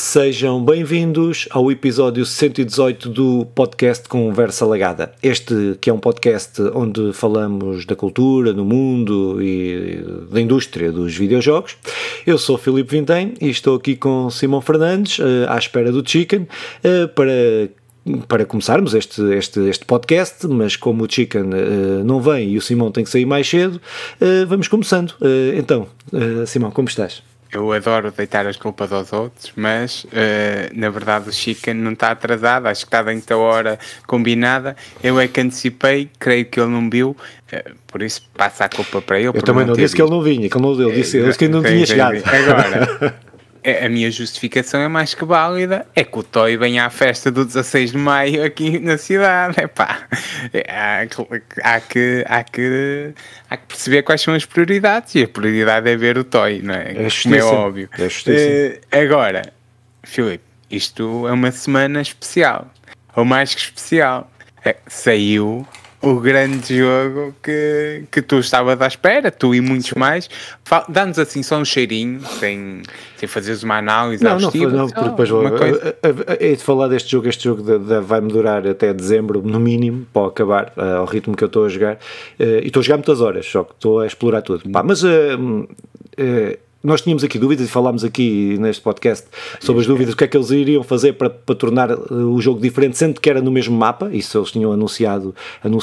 Sejam bem-vindos ao episódio 118 do podcast Conversa Lagada. Este que é um podcast onde falamos da cultura, do mundo e da indústria dos videojogos. Eu sou Filipe Vintém e estou aqui com Simão Fernandes, à espera do Chicken, para começarmos este podcast, mas como o Chicken não vem e o Simão tem que sair mais cedo, vamos começando. Então, Simão, como estás? Eu adoro deitar as culpas aos outros, mas na verdade o Chicken não está atrasado, acho que está dentro da hora combinada. Eu é que antecipei, creio que ele não viu, por isso passa a culpa para ele. Eu também não disse que ele não vinha, que ele não deu, disse que ele não tinha chegado. Agora, a minha justificação é mais que válida, é que o Toy vem à festa do 16 de maio aqui na cidade. Epá, há que perceber quais são as prioridades, e a prioridade é ver o Toy, não é? Como é óbvio. Agora, Filipe, isto é uma semana especial, ou mais que especial. Saiu o grande jogo que tu estavas à espera, tu e muitos mais. Dá-nos assim só um cheirinho, sem fazeres uma análise exaustiva. Não, porque depois é de falar deste jogo. Este jogo vai-me durar até dezembro, no mínimo, para acabar, ao ritmo que eu estou a jogar. E estou a jogar muitas horas, só que estou a explorar tudo. Mas nós tínhamos aqui dúvidas e falámos aqui neste podcast sobre as dúvidas, o que é que eles iriam fazer para tornar o jogo diferente, sendo que era no mesmo mapa. Isso eles tinham anunciado.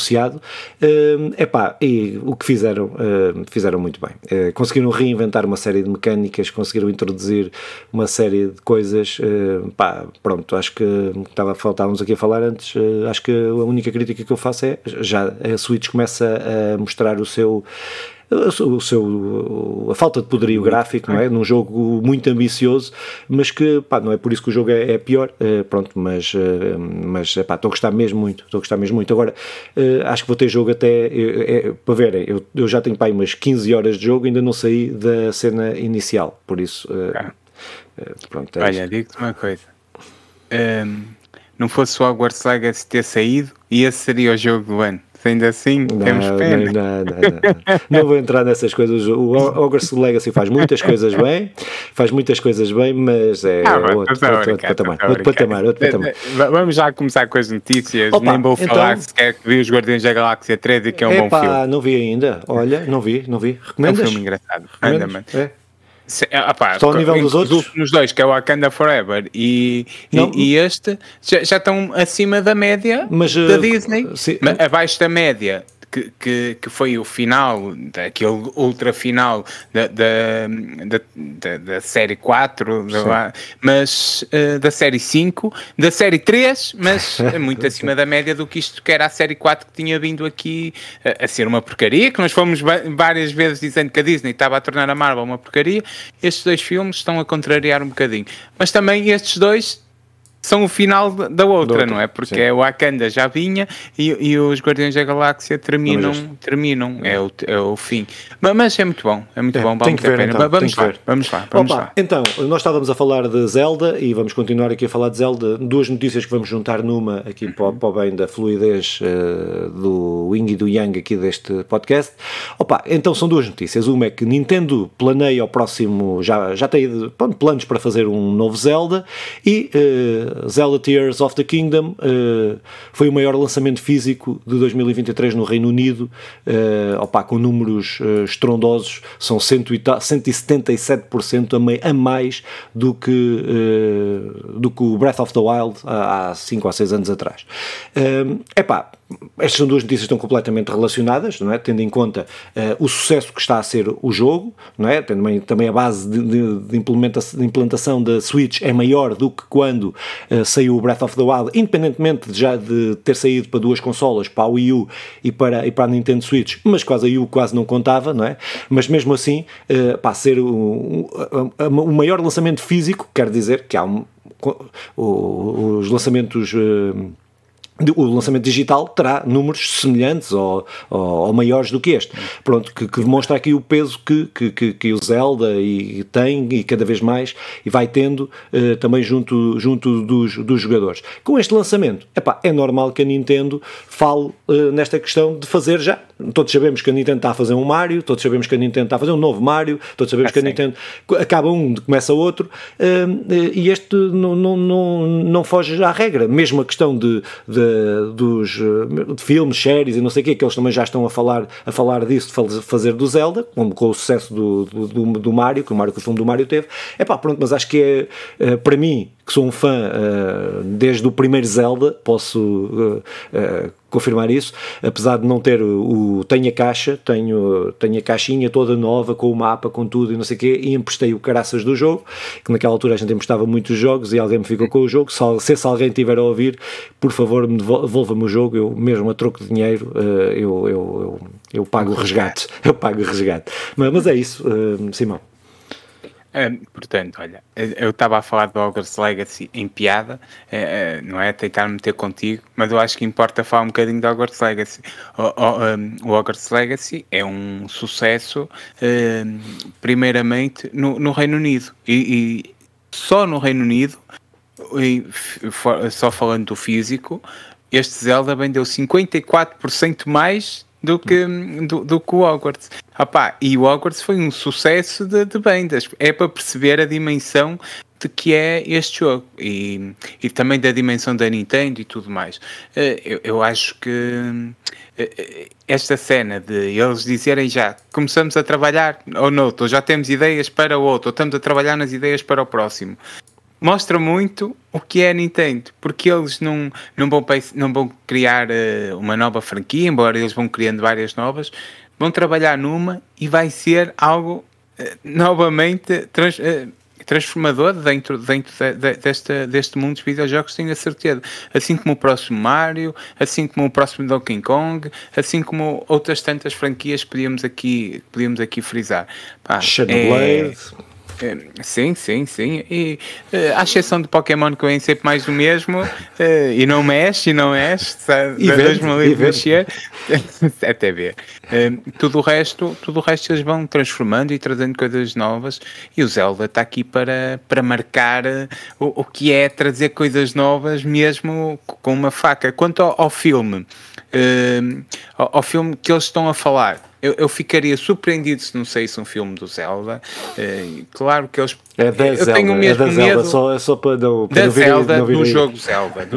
E o que fizeram muito bem. Conseguiram reinventar uma série de mecânicas, conseguiram introduzir uma série de coisas. Pronto, acho que estávamos aqui a falar antes, acho que a única crítica que eu faço é, já a Switch começa a mostrar a falta de poderio gráfico, não é? Num jogo muito ambicioso, mas que, não é por isso que o jogo é pior, mas estou a gostar mesmo muito, Agora, acho que vou ter jogo até, para verem, eu já tenho umas 15 horas de jogo, ainda não saí da cena inicial, por isso, pronto. Olha, digo-te uma coisa, não fosse o Hogwarts Legacy ter saído, e esse seria o jogo do ano. Ainda assim, temos pena. Não vou entrar nessas coisas. O Hogwarts Legacy faz muitas coisas bem, mas é outro patamar. Vamos já começar com as notícias. Nem vou falar sequer que vi os Guardiões da Galáxia 3 e que é um bom filme. Não vi ainda. Olha, não vi. Recomendas? É um filme engraçado. Anda-me. Estão ao nível dos outros? Os últimos dois, que é o Wakanda Forever e este, já estão acima da média da Disney, abaixo da média, que foi o final, daquele ultra final da série 4, mas da série 5, da série 3, mas muito acima da média do que isto que era a série 4, que tinha vindo aqui a ser uma porcaria, que nós fomos várias vezes dizendo que a Disney estava a tornar a Marvel uma porcaria. Estes dois filmes estão a contrariar um bocadinho, mas também estes dois são o final da outra, não é? Porque o Wakanda já vinha e os Guardiões da Galáxia terminam, é o fim. Mas é muito bom, vale muito a pena. Então, vamos lá. Então, nós estávamos a falar de Zelda e vamos continuar aqui a falar de Zelda. Duas notícias que vamos juntar numa aqui para o bem da fluidez do Yin e do Yang aqui deste podcast. Então são duas notícias. Uma é que Nintendo planeia ao próximo, já tem planos para fazer um novo Zelda, e Zelda Tears of the Kingdom foi o maior lançamento físico de 2023 no Reino Unido, com números estrondosos, são 177% a mais do que o Breath of the Wild há 5 ou 6 anos atrás. Estas são duas notícias que estão completamente relacionadas, não é? Tendo em conta o sucesso que está a ser o jogo, não é? Também a base de implantação da Switch é maior do que quando saiu o Breath of the Wild, independentemente já de ter saído para duas consolas, para a Wii U e para a Nintendo Switch, mas quase a Wii U quase não contava, não é? Mas mesmo assim, ser o maior lançamento físico, quer dizer que há os lançamentos o lançamento digital terá números semelhantes ou maiores do que este. Pronto, que demonstra aqui o peso que o Zelda tem e cada vez mais e vai tendo também junto dos jogadores. Com este lançamento, é normal que a Nintendo fale nesta questão de fazer já. Todos sabemos que a Nintendo está a fazer um Mario, todos sabemos que a Nintendo está a fazer um novo Mario, todos sabemos que a Nintendo acaba começa outro, e este não foge à regra. Mesmo a questão de filmes, séries e não sei o quê, que eles também já estão a falar disso, de fazer do Zelda, com o sucesso do Mario, que o filme do Mario teve. Pronto, mas acho que para mim, que sou um fã desde o primeiro Zelda, posso confirmar isso, apesar de não ter tenho a caixa, tenho a caixinha toda nova, com o mapa, com tudo e não sei o quê, e emprestei o caraças do jogo, que naquela altura a gente emprestava muitos jogos e alguém me ficou com o jogo. Se alguém estiver a ouvir, por favor, devolva-me o jogo, eu mesmo a troco de dinheiro, eu pago o resgate, mas é isso, Simão. Portanto, olha, eu estava a falar do Hogwarts Legacy em piada, não é tentar meter contigo, mas eu acho que importa falar um bocadinho do Hogwarts Legacy. O Hogwarts Legacy é um sucesso, primeiramente no Reino Unido, e só no Reino Unido, só falando do físico, este Zelda vendeu 54% mais do que o Hogwarts. E o Hogwarts foi um sucesso de vendas. É para perceber a dimensão de que é este jogo e também da dimensão da Nintendo e tudo mais. Eu acho que esta cena de eles dizerem já começamos a trabalhar ou noutro, ou já temos ideias para o outro, ou estamos a trabalhar nas ideias para o próximo, mostra muito o que é a Nintendo, porque eles não vão criar uma nova franquia, embora eles vão criando várias novas, vão trabalhar numa e vai ser algo novamente transformador dentro deste mundo dos videojogos, tenho a certeza. Assim como o próximo Mario, assim como o próximo Donkey Kong, assim como outras tantas franquias que podíamos aqui frisar. Xenoblade... Sim. E à exceção de Pokémon, que vem sempre mais do mesmo, e não mexe, mexer, até ver. Tudo o resto eles vão transformando e trazendo coisas novas, e o Zelda está aqui para marcar o que é trazer coisas novas, mesmo com uma faca. Quanto ao filme, ao filme que eles estão a falar, eu ficaria surpreendido se não saísse um filme do Zelda. Claro que eles... É da Zelda, tenho o mesmo medo só para não... Da Zelda, do jogo Zelda.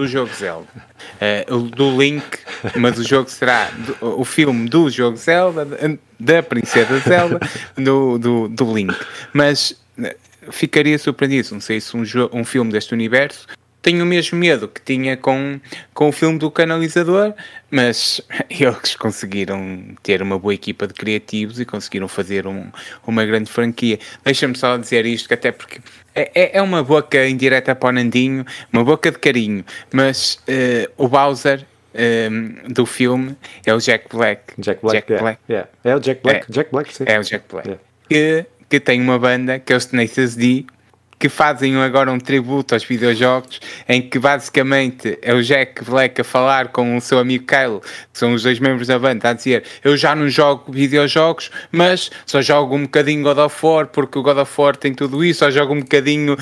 Do Link, mas o jogo será o filme do jogo Zelda, da Princesa Zelda, do Link. Mas ficaria surpreendido se não saísse um filme deste universo. Tenho o mesmo medo que tinha com o filme do Canalizador, mas eles conseguiram ter uma boa equipa de criativos e conseguiram fazer uma grande franquia. Deixa-me só dizer isto, que até porque é uma boca indireta para o Nandinho, uma boca de carinho, mas o Bowser do filme é o Jack Black. É o Jack Black. Jack Black, sim. É o Jack Black. Que tem uma banda, que é os Tenacious D, que fazem agora um tributo aos videojogos, em que basicamente é o Jack Black a falar com o seu amigo Kyle, que são os dois membros da banda, a dizer: eu já não jogo videojogos, mas só jogo um bocadinho God of War, porque o God of War tem tudo isso, só jogo um bocadinho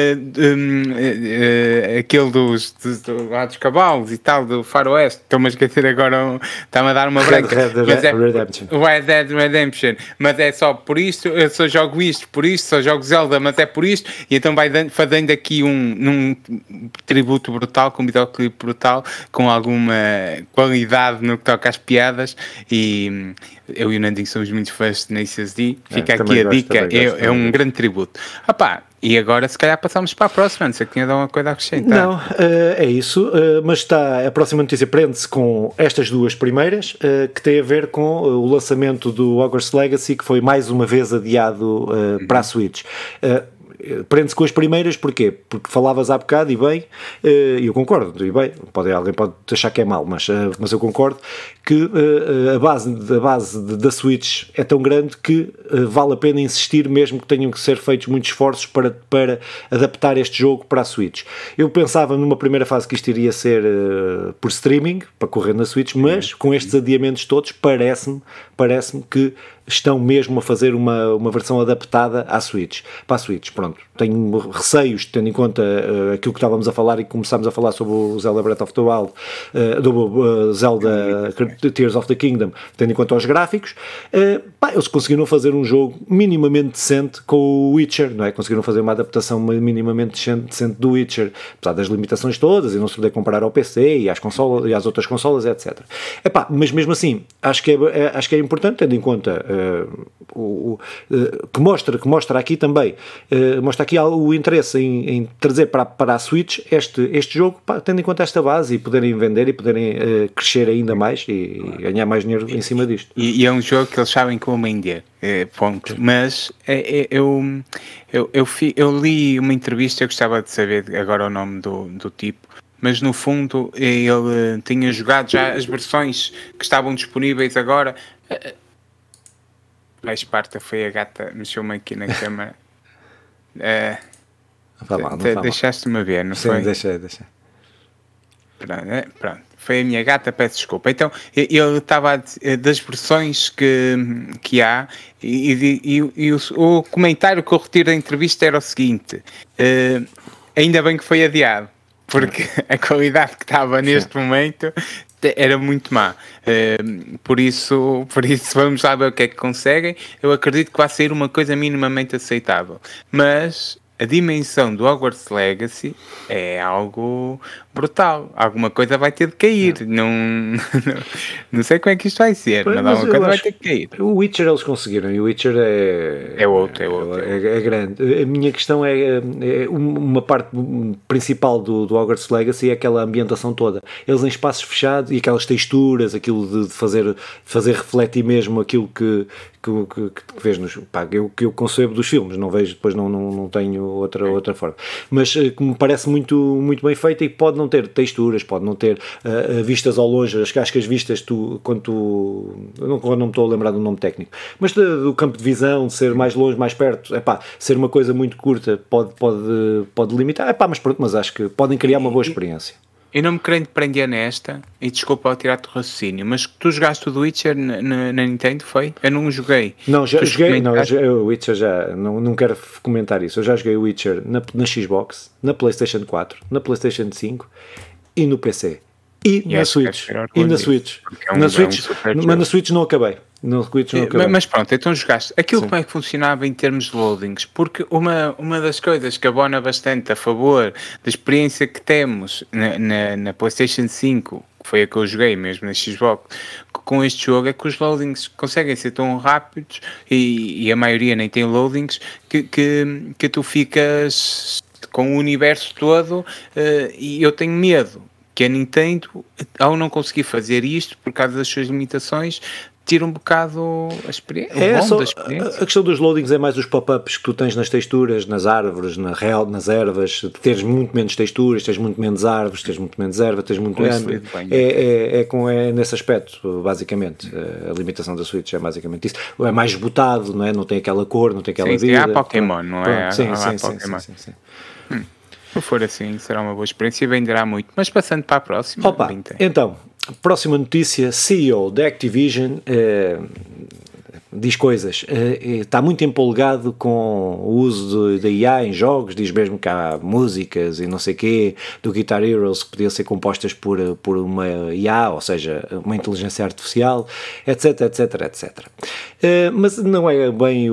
aquele dos cavalos e tal, do Faroeste. Estou-me a esquecer agora, está-me a dar uma branca. Red Dead Redemption. Mas é só por isto, eu só jogo isto, por isto, só jogo Zelda, mas é por isto. E então vai fazendo aqui um tributo brutal, com um videoclipe brutal, com alguma qualidade no que toca às piadas, e eu e o Nandinho somos muito fãs de Tenacious D. Fica aqui a dica, é um grande tributo. E agora se calhar passamos para a próxima, não sei que tinha dado uma coisa a acrescentar. Não, é isso, mas a próxima notícia prende-se com estas duas primeiras, que tem a ver com o lançamento do Hogwarts Legacy, que foi mais uma vez adiado para a Switch. prende-se com as primeiras, porquê? Porque falavas há bocado, e bem, e eu concordo, e bem, alguém pode achar que é mau, mas eu concordo que a base da Switch é tão grande que vale a pena insistir, mesmo que tenham que ser feitos muitos esforços para adaptar este jogo para a Switch. Eu pensava numa primeira fase que isto iria ser por streaming, para correr na Switch, mas com estes adiamentos todos, parece-me que estão mesmo a fazer uma versão adaptada à Switch, para a Switch. Pronto, tenho receios, tendo em conta aquilo que estávamos a falar e começámos a falar sobre o Zelda Breath of the Wild, do Zelda Tears of the Kingdom, tendo em conta os gráficos. Eles conseguiram fazer um jogo minimamente decente com o Witcher, não é? Conseguiram fazer uma adaptação minimamente decente do Witcher, apesar das limitações todas e não se poder comparar ao PC e às outras consolas, etc. Mas mesmo assim, acho que é importante, tendo em conta que mostra aqui também, mostra aqui o interesse em trazer para a Switch este jogo, tendo em conta esta base, e poderem vender e poderem crescer ainda mais e ganhar mais dinheiro em cima disto. E é um jogo que eles sabem como vender, ponto. Mas eu li uma entrevista, eu gostava de saber agora o nome do tipo, mas no fundo ele tinha jogado já as versões que estavam disponíveis agora. A Esparta foi a gata, mexeu-me aqui na câmara. Deixaste-me ver, não Sim, foi? Deixei. Pronto, foi a minha gata, peço desculpa. Então, ele estava das versões que há, e o comentário que eu retiro da entrevista era o seguinte: ainda bem que foi adiado, porque a qualidade que estava neste momento era muito má. Por isso vamos lá ver o que é que conseguem. Eu acredito que vai ser uma coisa minimamente aceitável, mas a dimensão do Hogwarts Legacy é algo brutal. Alguma coisa vai ter de cair. Não sei como é que isto vai ser, mas alguma coisa vai ter de cair. O Witcher eles conseguiram, e o Witcher é outro. É grande. A minha questão é uma parte principal do Hogwarts Legacy é aquela ambientação toda. Eles em espaços fechados e aquelas texturas, aquilo de fazer refletir mesmo aquilo que vês que eu concebo dos filmes, não vejo, depois não tenho outra forma, mas que me parece muito, muito bem feita, e pode não ter texturas, pode não ter vistas ao longe, acho que as vistas não me estou a lembrar do nome técnico, mas do campo de visão, de ser mais longe, mais perto, ser uma coisa muito curta pode limitar, mas acho que podem criar uma boa experiência. Eu não me querendo prender nesta, e desculpa ao tirar-te o raciocínio, mas tu jogaste o The Witcher na Nintendo, foi? Eu não joguei. Não, joguei o Witcher já, não quero comentar isso. Eu já joguei o Witcher na Xbox, na PlayStation 4, na PlayStation 5 e no PC. E na Switch. Mas na Switch não acabei. Mas pronto, então jogaste. Aquilo Como é que funcionava em termos de loadings? Porque uma das coisas que abona bastante a favor da experiência que temos na PlayStation 5, que foi a que eu joguei mesmo na Xbox, com este jogo, é que os loadings conseguem ser tão rápidos, e a maioria nem tem loadings, que tu ficas com o universo todo, e eu tenho medo que a Nintendo, ao não conseguir fazer isto por causa das suas limitações, tira um bocado a experiência. A questão dos loadings é mais os pop-ups que tu tens nas texturas, nas árvores, nas ervas, teres muito menos texturas, tens muito menos árvores, tens muito menos erva, tens muito menos... É nesse aspecto, basicamente. A limitação da Switch é basicamente isso. É mais esbotado, não é? Não tem aquela cor, não tem aquela vida. É a Pokémon, não é? Sim. Se for assim, será uma boa experiência e venderá muito. Mas passando para a próxima. Então, próxima notícia: CEO da Activision diz coisas, está muito empolgado com o uso da IA em jogos, diz mesmo que há músicas e não sei quê, do Guitar Heroes que podiam ser compostas por uma IA, ou seja, uma inteligência artificial, etc. Mas não é bem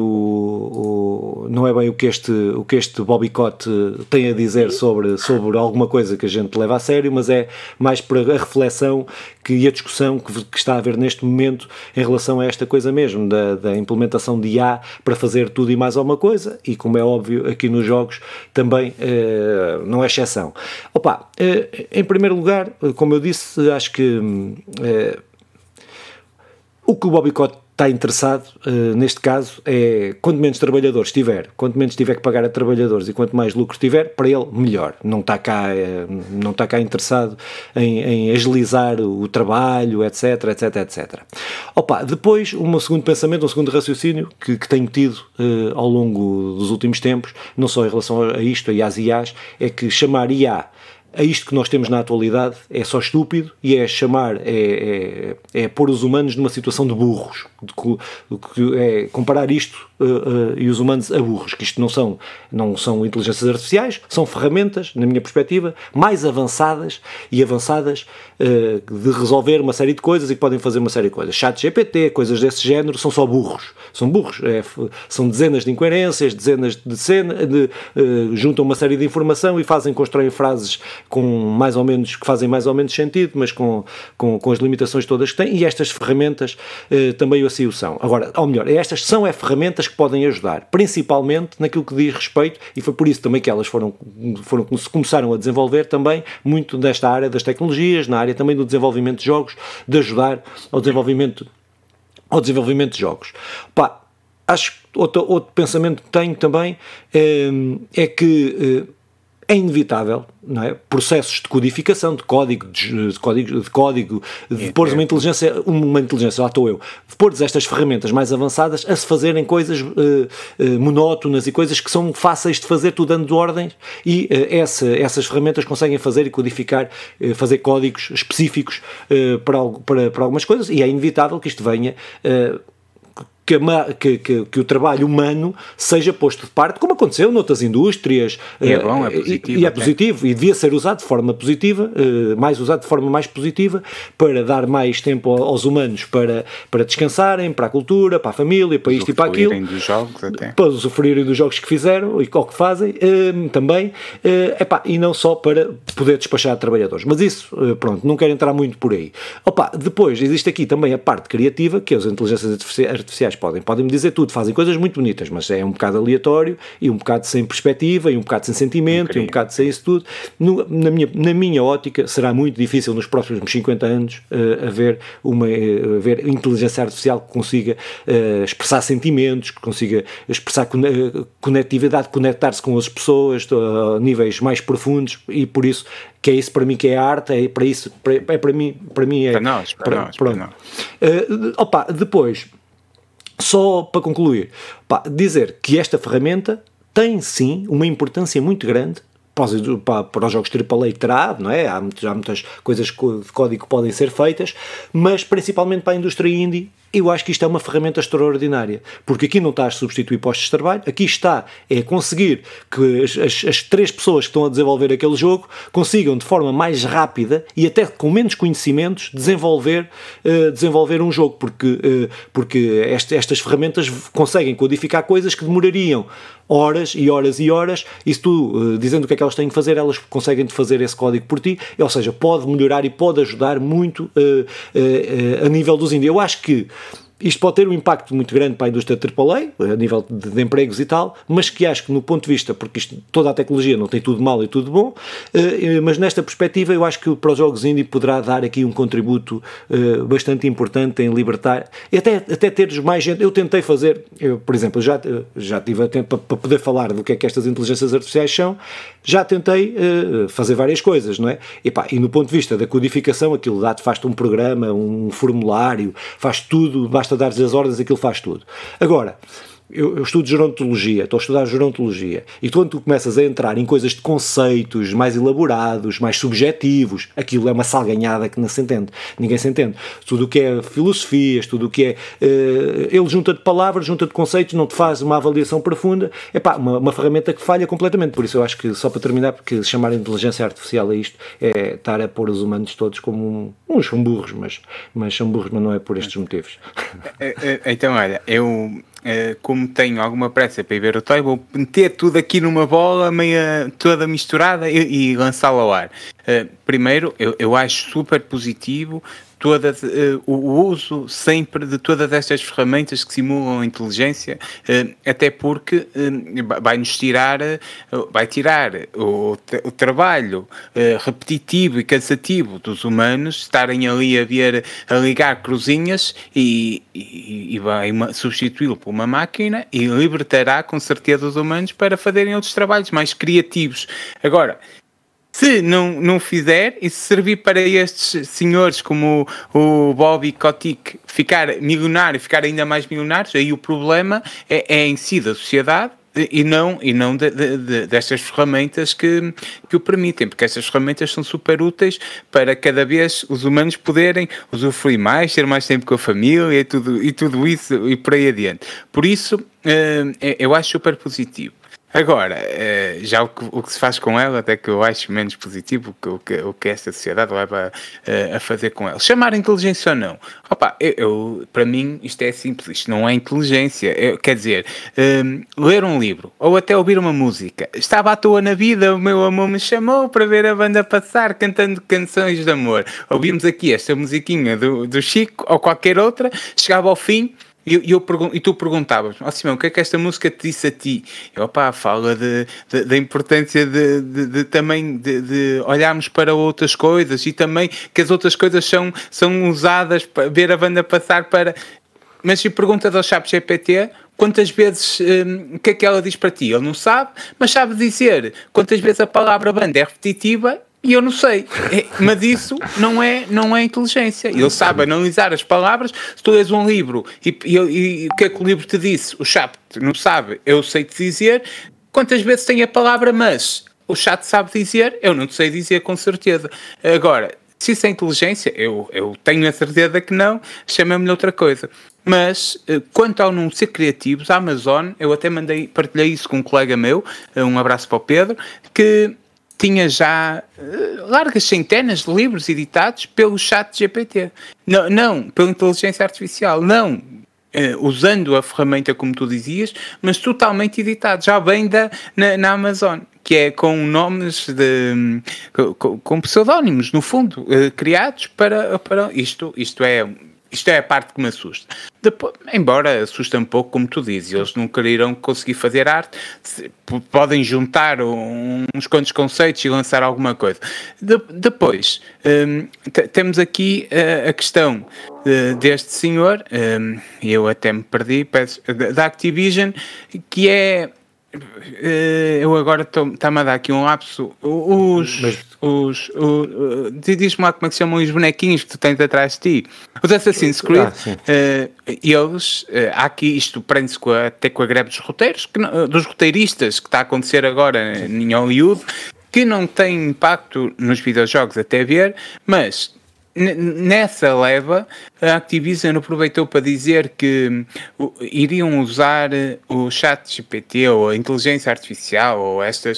o que este Bobby Kotick tem a dizer sobre alguma coisa que a gente leva a sério, mas é mais para a reflexão e a discussão que está a haver neste momento em relação a esta coisa mesmo, da implementação de IA para fazer tudo e mais alguma coisa, e como é óbvio aqui nos jogos também não é exceção. Em primeiro lugar, como eu disse, acho que o que o Bobby Kotick está interessado, neste caso, é quanto menos trabalhadores tiver, quanto menos tiver que pagar a trabalhadores e quanto mais lucro tiver, para ele, melhor. Não está cá interessado em agilizar o trabalho, etc, etc, etc. Opa, depois, um segundo pensamento, um segundo raciocínio que tenho tido ao longo dos últimos tempos, não só em relação a isto, a IAs e IAs, é que chamar IA a isto que nós temos na atualidade é só estúpido e é chamar, é pôr os humanos numa situação de burros, é comparar isto e os humanos a burros, que isto não são inteligências artificiais, são ferramentas, na minha perspectiva, mais avançadas de resolver uma série de coisas e que podem fazer uma série de coisas. Chat GPT, coisas desse género, são só burros. São burros, são dezenas de incoerências, dezenas de cenas, juntam uma série de informação e constroem frases que fazem mais ou menos sentido, mas com as limitações todas que têm, e estas ferramentas também assim o são. Agora, ou melhor, estas são ferramentas que podem ajudar, principalmente naquilo que diz respeito, e foi por isso também que elas começaram a desenvolver também muito desta área das tecnologias, na área também do desenvolvimento de jogos, de ajudar ao desenvolvimento de jogos. Pá, acho que outro pensamento que tenho também é que é inevitável, não é? Processos de codificação, de código, de pôr uma inteligência, lá estou eu, de pôr estas ferramentas mais avançadas a se fazerem coisas monótonas e coisas que são fáceis de fazer, tu dando ordens, e essas ferramentas conseguem fazer e codificar, fazer códigos específicos para algumas coisas, e é inevitável que isto venha que o trabalho humano seja posto de parte, como aconteceu noutras indústrias. E é bom, é positivo. E é positivo, e devia ser usado de forma positiva, usado de forma mais positiva, para dar mais tempo aos humanos para descansarem, para a cultura, para a família, para isto e para aquilo. Dos jogos até. Para usufruírem dos jogos que fizeram e o que fazem também, e não só para poder despachar trabalhadores. Mas isso, pronto, não quero entrar muito por aí. Depois, existe aqui também a parte criativa, que as inteligências artificiais podem-me dizer tudo, fazem coisas muito bonitas, mas é um bocado aleatório e um bocado sem perspectiva e um bocado sem sentimento e um bocado sem isso tudo. Na minha ótica, será muito difícil nos próximos 50 anos haver inteligência artificial que consiga expressar sentimentos, que consiga expressar conectividade, conectar-se com as pessoas a níveis mais profundos, e por isso que é isso para mim que é a arte, para mim é... Para nós. Depois, só para concluir, dizer que esta ferramenta tem sim uma importância muito grande para os jogos AAA terá, não é? Há muitas coisas de código que podem ser feitas, mas principalmente para a indústria indie, eu acho que isto é uma ferramenta extraordinária, porque aqui não está a substituir postos de trabalho, aqui está conseguir que as 3 pessoas que estão a desenvolver aquele jogo consigam de forma mais rápida e até com menos conhecimentos desenvolver um jogo, porque estas ferramentas conseguem codificar coisas que demorariam horas e horas e horas, e se tu, dizendo o que é que elas têm que fazer, elas conseguem fazer esse código por ti, ou seja, pode melhorar e pode ajudar muito a nível dos indie. Eu acho que isto pode ter um impacto muito grande para a indústria AAA, a nível de empregos e tal, mas que acho que no ponto de vista, porque toda a tecnologia não tem tudo mal e tudo bom, mas nesta perspectiva eu acho que para os jogos indie poderá dar aqui um contributo bastante importante em libertar, e até teres mais gente. Eu tentei fazer, por exemplo, já tive tempo para poder falar do que é que estas inteligências artificiais são, já tentei fazer várias coisas, não é? E no ponto de vista da codificação, aquilo faz-te um programa, um formulário, faz tudo, basta dar-lhes as ordens, aquilo faz tudo. Agora, eu estudo gerontologia, estou a estudar gerontologia, e quando tu começas a entrar em coisas de conceitos mais elaborados, mais subjetivos, aquilo é uma salganhada que não se entende, ninguém se entende. Tudo o que é filosofias, tudo o que é... ele junta de palavras, junta de conceitos, não te faz uma avaliação profunda, uma ferramenta que falha completamente. Por isso eu acho que, só para terminar, porque chamar inteligência artificial a isto é estar a pôr os humanos todos como uns são burros, mas são burros, mas não é por estes motivos. Então, olha, eu... como tenho alguma pressa para ir ver o Toy, vou meter tudo aqui numa bola meia toda misturada e lançá-la ao ar. Primeiro, eu acho super positivo o uso sempre de todas estas ferramentas que simulam a inteligência, até porque vai-nos tirar, vai tirar o trabalho repetitivo e cansativo dos humanos, estarem ali a ligar cruzinhas e vai substituí-lo por uma máquina e libertará com certeza os humanos para fazerem outros trabalhos mais criativos. Agora, se não fizer e se servir para estes senhores como o Bobby Kotick ficar milionário, ficar ainda mais milionários, aí o problema é em si da sociedade e não destas ferramentas que o permitem, porque estas ferramentas são super úteis para cada vez os humanos poderem usufruir mais, ter mais tempo com a família e tudo isso e por aí adiante. Por isso, eu acho super positivo. Agora, já o que se faz com ela, até que eu acho menos positivo o que esta sociedade leva a fazer com ela. Chamar inteligência ou não? Opa, para mim isto é simples, isto não é inteligência. Quer dizer, ler um livro ou até ouvir uma música. Estava à toa na vida, o meu amor me chamou para ver a banda passar cantando canções de amor. Ouvimos aqui esta musiquinha do Chico ou qualquer outra, chegava ao fim. E tu perguntavas, Simão, o que é que esta música te disse a ti? Fala da importância também de olharmos para outras coisas e também que as outras coisas são usadas para ver a banda passar para... Mas se perguntas ao ChatGPT, quantas vezes, o que é que ela diz para ti? Ele não sabe, mas sabe dizer quantas vezes a palavra banda é repetitiva. E eu não sei, mas isso não é inteligência. Ele sabe analisar as palavras. Se tu lês um livro e o que é que o livro te disse, o chat não sabe, eu sei te dizer quantas vezes tem a palavra mas. O chat sabe dizer, eu não te sei dizer com certeza. Agora, se isso é inteligência, eu tenho a certeza que não, chama-me outra coisa. Mas, quanto ao não ser criativos, a Amazon, eu até partilhei isso com um colega meu, um abraço para o Pedro, que tinha já largas centenas de livros editados pelo ChatGPT. Não pela inteligência artificial, não usando a ferramenta como tu dizias, mas totalmente editado. Já vem na Amazon, que é com nomes com pseudónimos, no fundo, criados para isto é a parte que me assusta. Depois, embora assusta um pouco, como tu dizes, eles nunca irão conseguir fazer arte, podem juntar uns quantos conceitos e lançar alguma coisa. Depois, temos aqui a questão deste senhor, eu até me perdi, da Activision, que é... eu agora está-me a dar aqui um lapso. Diz-me lá como é que se chamam os bonequinhos que tu tens atrás de ti. Os Assassin's Creed, eles, há aqui, isto prende-se até com a greve dos dos roteiristas que está a acontecer agora em Hollywood, que não tem impacto nos videojogos até ver, mas nessa leva a Activision aproveitou para dizer que iriam usar o ChatGPT ou a inteligência artificial ou estas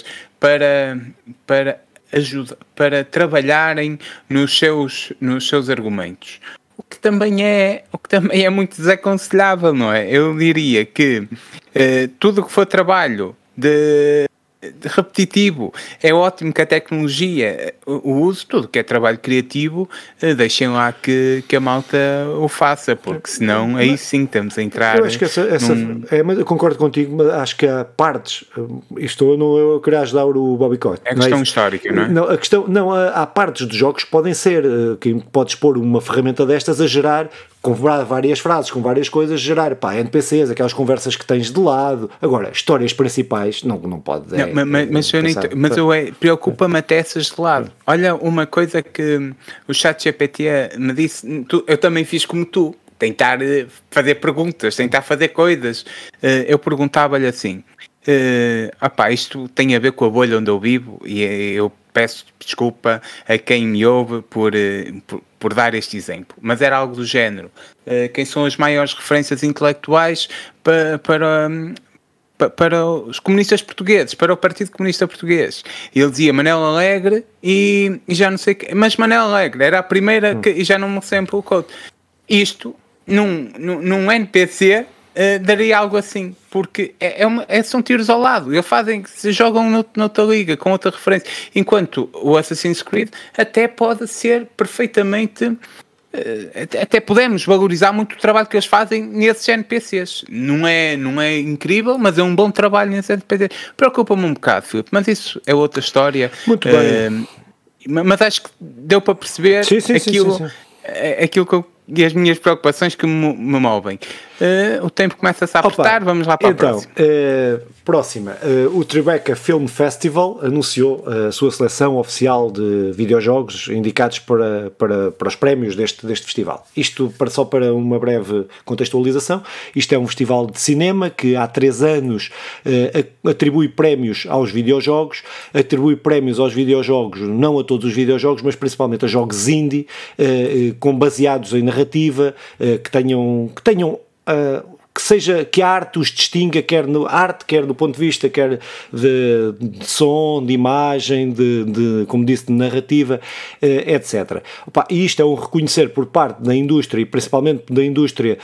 para trabalharem nos seus argumentos. O que também é muito desaconselhável, não é? Eu diria que tudo o que for trabalho de repetitivo, é ótimo que a tecnologia o use, tudo que é trabalho criativo, deixem lá que a malta o faça, porque senão aí sim estamos a entrar. Eu acho que mas eu concordo contigo, mas acho que há partes, eu queria ajudar o Bobby Kotick. É questão histórica, não é? Há partes dos jogos que podem ser, que podes pôr uma ferramenta destas a gerar, com várias frases, com várias coisas, gerar NPCs, aquelas conversas que tens de lado. Agora, histórias principais não pode. Preocupa-me até essas de lado. Olha, uma coisa que o ChatGPT me disse, eu também fiz como tu, tentar fazer perguntas, tentar fazer coisas. Eu perguntava-lhe assim, isto tem a ver com a bolha onde eu vivo e eu peço desculpa a quem me ouve por dar este exemplo, mas era algo do género. Quem são as maiores referências intelectuais para os comunistas portugueses, para o Partido Comunista Português? E ele dizia Manel Alegre e já não sei que, mas Manel Alegre era a primeira e já não me lembro o code. Isto num NPC daria algo assim, porque são tiros ao lado, eles se jogam noutra liga, com outra referência, enquanto o Assassin's Creed até pode ser perfeitamente até podemos valorizar muito o trabalho que eles fazem nesses NPCs. Não é incrível, mas é um bom trabalho nesses NPCs. Preocupa-me um bocado, Filipe, mas isso é outra história. Muito bem. Mas acho que deu para perceber aquilo e as minhas preocupações que me movem. O tempo começa-se a apertar, vamos lá para a próxima. Próxima. O Tribeca Film Festival anunciou a sua seleção oficial de videojogos indicados para os prémios deste festival. Isto só para uma breve contextualização. Isto é um festival de cinema que há 3 anos atribui prémios aos videojogos, não a todos os videojogos, mas principalmente a jogos indie, baseados em narrativa, que tenham que a arte os distinga, quer do ponto de vista, quer de som, de imagem, como disse, de narrativa, etc. E isto é um reconhecer por parte da indústria, e principalmente da indústria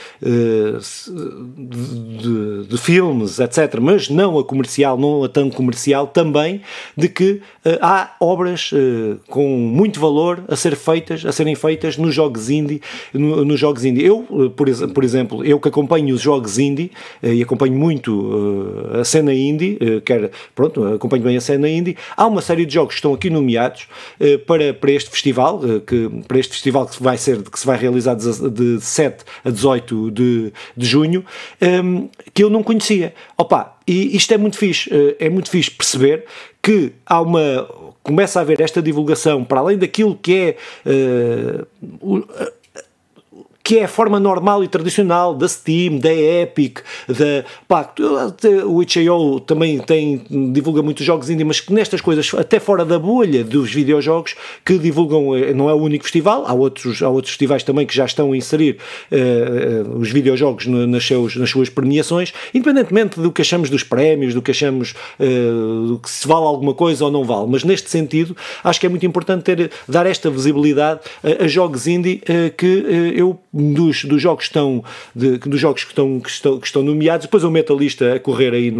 de filmes, etc., mas não a comercial, não a tão comercial, também, de que há obras com muito valor a serem feitas nos jogos indie. Eu, por exemplo, eu que acompanho os jogos indie e acompanho muito a cena indie, acompanho bem a cena indie. Há uma série de jogos que estão aqui nomeados para este festival, que se vai realizar de 7 a 18 de junho, que eu não conhecia. E isto é muito fixe perceber que começa a haver esta divulgação, para além daquilo que é a forma normal e tradicional da Steam, da Epic, o itch.io também divulga muitos jogos indie, mas que nestas coisas, até fora da bolha dos videojogos, que divulgam, não é o único festival, há outros festivais também que já estão a inserir os videojogos nas suas premiações, independentemente do que achamos dos prémios, do que achamos do que se vale alguma coisa ou não vale, mas neste sentido, acho que é muito importante dar esta visibilidade a jogos indie dos jogos que estão nomeados. Depois eu meto a lista a correr aí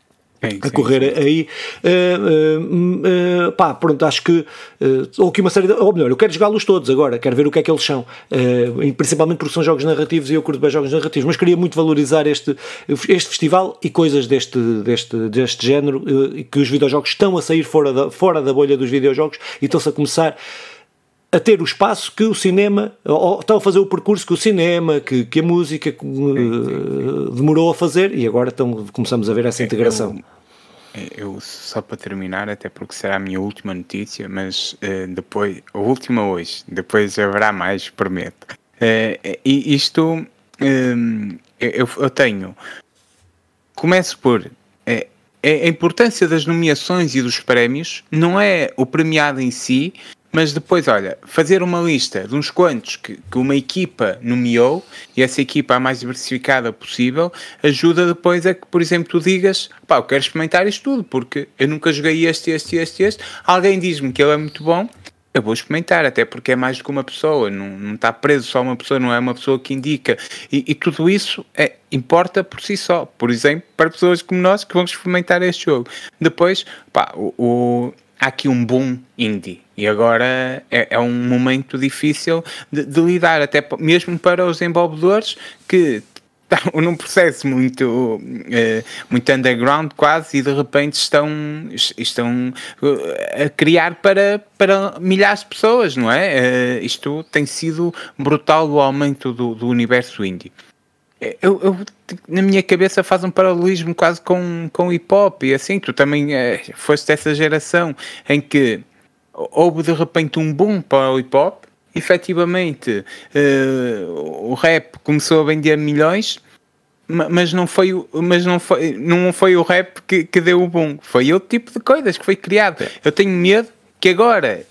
pronto, acho que uma série ou melhor, eu quero jogá-los todos agora, quero ver o que é que eles são, principalmente porque são jogos narrativos e eu curto bem jogos narrativos, mas queria muito valorizar este festival e coisas deste género, que os videojogos estão a sair fora da bolha dos videojogos e estão-se a começar a ter o espaço que o cinema, ou estão a fazer o percurso que o cinema, que a música demorou a fazer, e agora começamos a ver essa integração. Eu só para terminar, até porque será a minha última notícia, mas depois, a última hoje, depois haverá mais, prometo. E isto, eu tenho, começo por... a importância das nomeações e dos prémios não é o premiado em si, mas depois, olha, fazer uma lista de uns quantos que uma equipa nomeou, e essa equipa a mais diversificada possível, ajuda depois a que, por exemplo, tu digas, eu quero experimentar isto tudo, porque eu nunca joguei este, alguém diz-me que ele é muito bom, eu vou experimentar, até porque é mais do que uma pessoa, não está preso só uma pessoa, não é uma pessoa que indica, e tudo isso importa por si só, por exemplo, para pessoas como nós que vamos experimentar este jogo. Depois, há aqui um boom indie, e agora é um momento difícil de lidar, até mesmo para os desenvolvedores que estão num processo muito underground quase, e de repente estão a criar para milhares de pessoas, não é? Isto tem sido brutal, o aumento do universo indie. Eu na minha cabeça faz um paralelismo quase com hip-hop, e assim, tu também foste dessa geração em que houve de repente um boom para o hip-hop, efetivamente o rap começou a vender milhões, mas não foi o rap que deu o boom, foi outro tipo de coisas que foi criado. Eu tenho medo que agora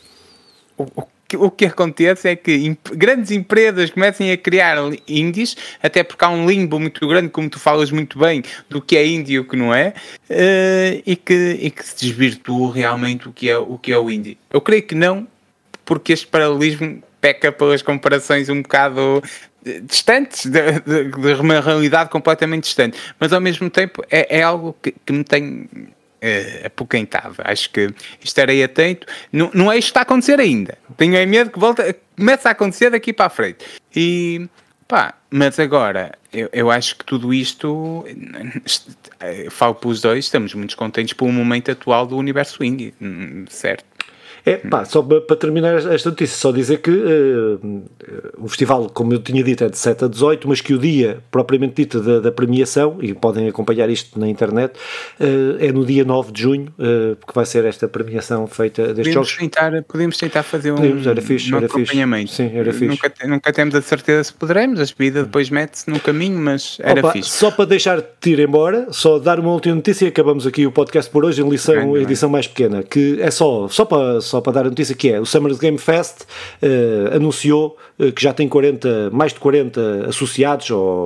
o que acontece é que grandes empresas comecem a criar indies, até porque há um limbo muito grande, como tu falas muito bem, do que é indie e o que não é, e que se desvirtua realmente o que é o indie. Eu creio que não, porque este paralelismo peca pelas comparações um bocado distantes, de uma realidade completamente distante, mas ao mesmo tempo é algo que me tem apoquentava. Acho que estarei atento. Não é isto que está a acontecer ainda. Tenho medo que comece a acontecer daqui para a frente. E pá, mas agora eu acho que tudo isto, falo para os dois, estamos muito contentes pelo momento atual do universo indie, certo? Só para terminar esta notícia, só dizer que o festival, como eu tinha dito, é de 7 a 18, mas que o dia propriamente dito da premiação, e podem acompanhar isto na internet, é no dia 9 de junho, que vai ser esta premiação feita destes jogos. Podemos tentar fazer era fixe, acompanhamento. Sim, era fixe. Nunca temos a certeza se poderemos, a bebida depois mete-se no caminho, mas era fixe. Só para deixar-te ir embora, só dar uma última notícia e acabamos aqui o podcast por hoje, edição mais pequena, que é só para dar a notícia, que é o Summer Game Fest anunciou que já tem mais de 40 associados,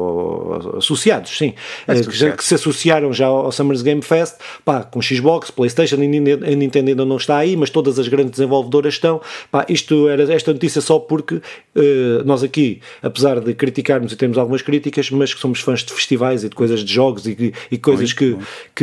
que se associaram já ao Summer Game Fest, com Xbox, PlayStation, a Nintendo ainda não está aí, mas todas as grandes desenvolvedoras estão. Isto era esta notícia só porque nós aqui, apesar de criticarmos e termos algumas críticas, mas que somos fãs de festivais e de coisas de jogos e coisas que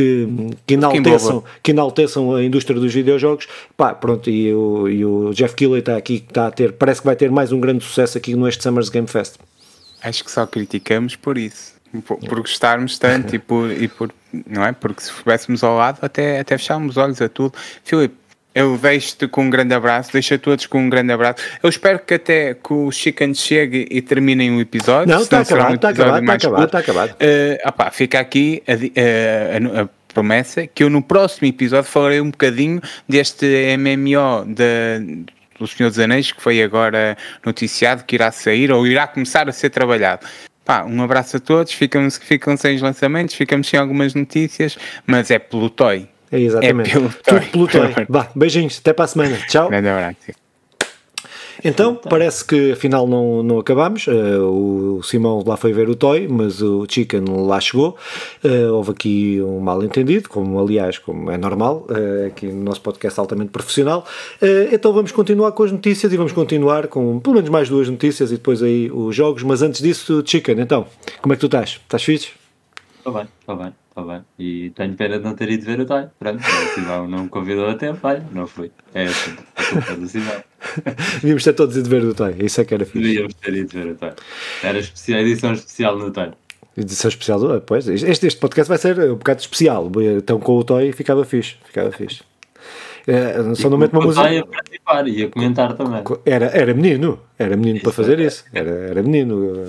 enalteçam a indústria dos videojogos, pronto, e o Jeff Keighley está aqui, parece que vai ter mais um grande sucesso aqui neste Summer Game Fest. Acho que só criticamos por isso, por gostarmos tanto e por não é? Porque se estivéssemos ao lado até fechávamos os olhos a tudo. Filipe, eu deixo-te com um grande abraço, deixo a todos com um grande abraço. Eu espero que até que o Chicken chegue e terminem o episódio. Não, está acabado. Fica aqui a promessa que eu no próximo episódio falarei um bocadinho deste MMO do Senhor dos Anéis, que foi agora noticiado que irá sair ou irá começar a ser trabalhado. Um abraço a todos, ficam sem os lançamentos, ficamos sem algumas notícias, mas é pelo Toy. É exatamente. Tudo pelo Toy. Beijinhos, até para a semana. Tchau. Grande abraço. Então, parece que afinal não acabámos. O Simão lá foi ver o Toy, mas o Chicken lá chegou. Houve aqui um mal-entendido, como é normal, aqui no nosso podcast altamente profissional. Então vamos continuar com as notícias e vamos continuar com pelo menos mais 2 notícias e depois aí os jogos. Mas antes disso, Chicken, então, como é que tu estás? Estás fixe? Estou bem. E tenho pena de não ter ido ver o Toy. Pronto, o Simão não me convidou a tempo, não fui. É assim, a culpa do Simão. Devíamos ter todos ido ver o Toy, isso é que era fixe. Devíamos ter ido ver o Toy. Era edição especial no Toy. Edição especial, pois. Este podcast vai ser um bocado especial. Então com o Toy ficava fixe. Só não meto uma música. Ia participar e ia comentar também. Era menino para fazer isso. Era menino.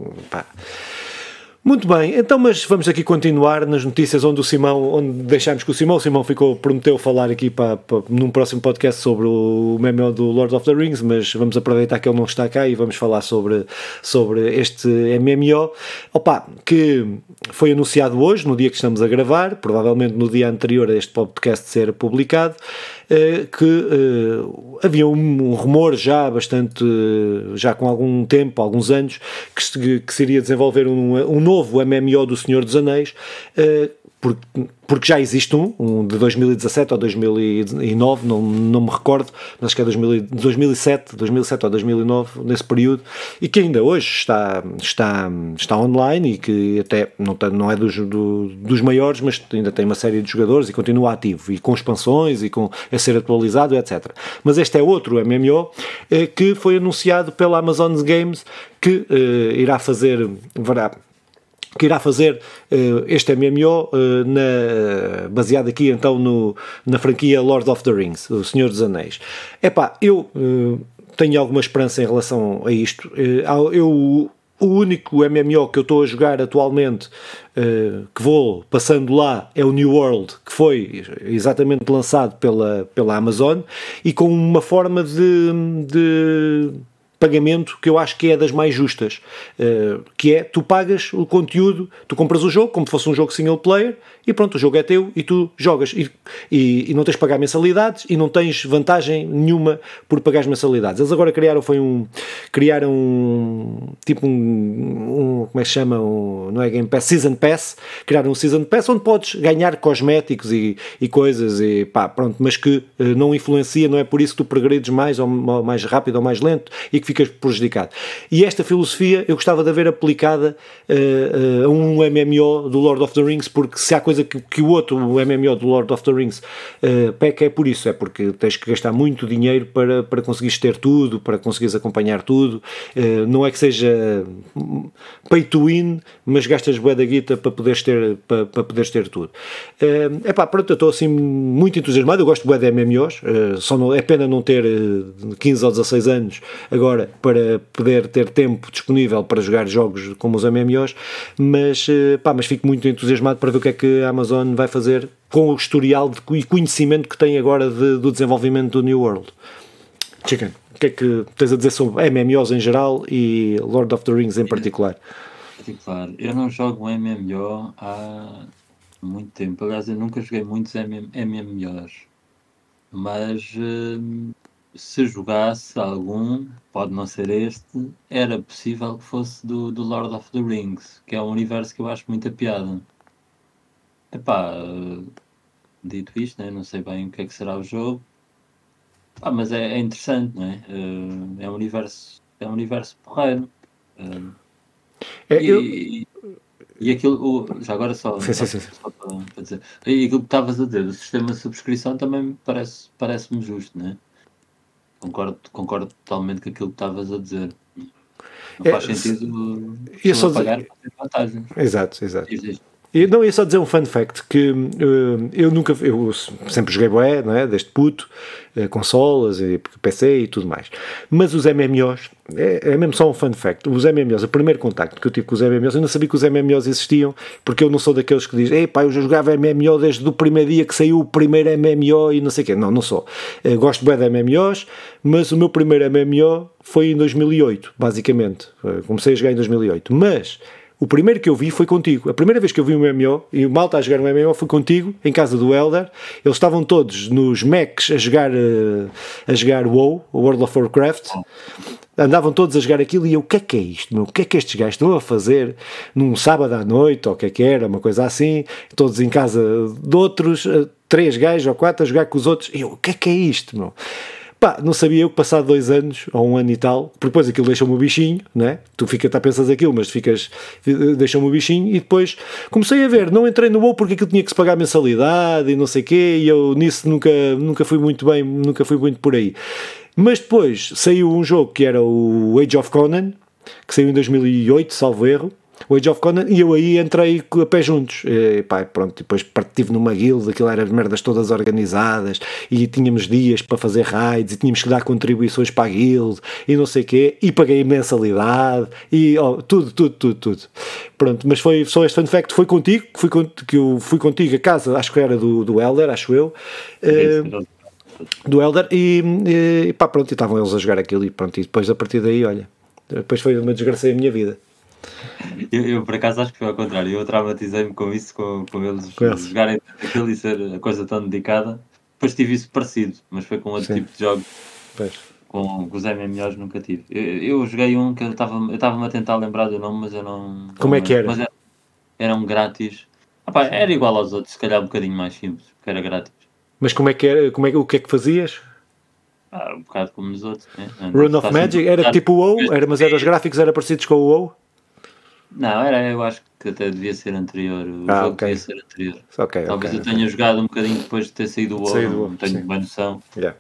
Muito bem, então, mas vamos aqui continuar nas notícias onde deixámos que o Simão prometeu falar aqui num próximo podcast sobre o MMO do Lord of the Rings, mas vamos aproveitar que ele não está cá e vamos falar sobre este MMO, que foi anunciado hoje, no dia que estamos a gravar, provavelmente no dia anterior a este podcast ser publicado, que havia um rumor já com algum tempo, alguns anos, que se iria desenvolver um novo MMO do Senhor dos Anéis, porque já existe um de 2017 ou 2009, não me recordo, mas acho que é 2007 ou 2009, nesse período, e que ainda hoje está online e que até não é dos maiores, mas ainda tem uma série de jogadores e continua ativo, e com expansões e a ser atualizado, etc. Mas este é outro MMO que foi anunciado pela Amazon Games, que irá fazer este MMO baseado aqui então na franquia Lord of the Rings, o Senhor dos Anéis. Eu tenho alguma esperança em relação a isto. O único MMO que eu estou a jogar atualmente, que vou passando lá, é o New World, que foi exatamente lançado pela Amazon e com uma forma de pagamento que eu acho que é das mais justas, que é, tu pagas o conteúdo, tu compras o jogo como se fosse um jogo single player e pronto, o jogo é teu e tu jogas e não tens de pagar mensalidades e não tens vantagem nenhuma por pagar as mensalidades. Eles agora criaram como é que se chama, não é Game Pass, Season Pass, criaram um Season Pass onde podes ganhar cosméticos e coisas pronto, mas que não influencia, não é por isso que tu progredes mais ou mais rápido ou mais lento e que ficas prejudicado. E esta filosofia eu gostava de ver aplicada a um MMO do Lord of the Rings, porque se há coisa que o outro MMO do Lord of the Rings peca, é por isso, é porque tens que gastar muito dinheiro para conseguires ter tudo, para conseguires acompanhar tudo. Não é que seja pay to win, mas gastas bué da guita para poderes ter tudo. Pronto, eu estou assim muito entusiasmado, eu gosto bué de MMOs, é pena não ter 15 ou 16 anos agora para poder ter tempo disponível para jogar jogos como os MMOs, mas fico muito entusiasmado para ver o que é que a Amazon vai fazer com o historial e conhecimento que tem agora do desenvolvimento do New World. Chicken, o que é que tens a dizer sobre MMOs em geral e Lord of the Rings em particular? Eu não jogo MMO há muito tempo. Aliás, eu nunca joguei muitos MMOs. Mas se jogasse algum, pode não ser este, era possível que fosse do Lord of the Rings, que é um universo que eu acho muita piada. Dito isto, né, não sei bem o que é que será o jogo. Mas é interessante, não é? É um universo porreiro. E aquilo, já agora só para dizer, e aquilo que estavas a dizer, o sistema de subscrição também parece-me justo, não é? Concordo totalmente com aquilo que estavas a dizer. Não faz sentido só pagar para ter vantagens. Exato. Não, ia só dizer um fun fact, que eu sempre joguei bué, não é? Desde puto, consolas, e PC e tudo mais. Mas os MMOs, é mesmo só um fun fact, os MMOs, o primeiro contacto que eu tive com os MMOs, eu não sabia que os MMOs existiam, porque eu não sou daqueles que dizem, eu já jogava MMO desde o primeiro dia que saiu o primeiro MMO e não sei o quê. Não sou. Gosto bué de MMOs, mas o meu primeiro MMO foi em 2008, basicamente. Comecei a jogar em 2008, mas o primeiro que eu vi foi contigo. A primeira vez que eu vi um MMO, e o malta a jogar um MMO, foi contigo, em casa do Elder. Eles estavam todos nos Macs a jogar WoW, World of Warcraft. Andavam todos a jogar aquilo e eu, o que é isto, meu? O que é que estes gajos estão a fazer num sábado à noite, ou o que é que era, uma coisa assim, todos em casa de outros, 3 gajos ou 4 a jogar com os outros. E eu, o que é isto, meu? Não sabia eu que passado 2 anos, ou 1 ano e tal, porque depois aquilo deixou-me o bichinho, não é? Tu a pensar aquilo, mas deixou-me o bichinho, e depois comecei a ver, não entrei no WoW porque aquilo tinha que se pagar mensalidade e não sei o quê, e eu nisso nunca fui muito bem, nunca fui muito por aí. Mas depois saiu um jogo que era o Age of Conan, que saiu em 2008, salvo erro, o Age of Conan, e eu aí entrei a pé juntos. Pronto, depois estive numa guilda, aquilo era merdas todas organizadas, e tínhamos dias para fazer raids, e tínhamos que dar contribuições para a guild, e não sei o quê, e paguei mensalidade, e tudo. Pronto, mas foi só este fun fact, foi contigo, que eu fui contigo a casa, acho que era do Elder, acho eu, do Elder, e pronto, e estavam eles a jogar aquilo, e pronto, e depois a partir daí, olha, depois foi uma desgraça a minha vida. Eu por acaso acho que foi ao contrário, eu traumatizei-me com isso, com eles jogarem aquilo e ser a coisa tão dedicada. Depois tive isso parecido, mas foi com outro tipo de jogos. Com os MMOs nunca tive. Eu joguei um que eu estava-me a tentar lembrar do nome, mas eu não... Como é que era? Mas era um grátis. Era igual aos outros, se calhar um bocadinho mais simples, porque era grátis. Mas como é que era? O que é que fazias? Um bocado como nos outros. Né? Rune of Magic? Era tipo o WoW? Mas os gráficos eram parecidos com o WoW? Não, eu acho que até devia ser anterior. O jogo devia ser anterior. Talvez eu tenha jogado um bocadinho depois de ter saído o WoW, não tenho bem noção.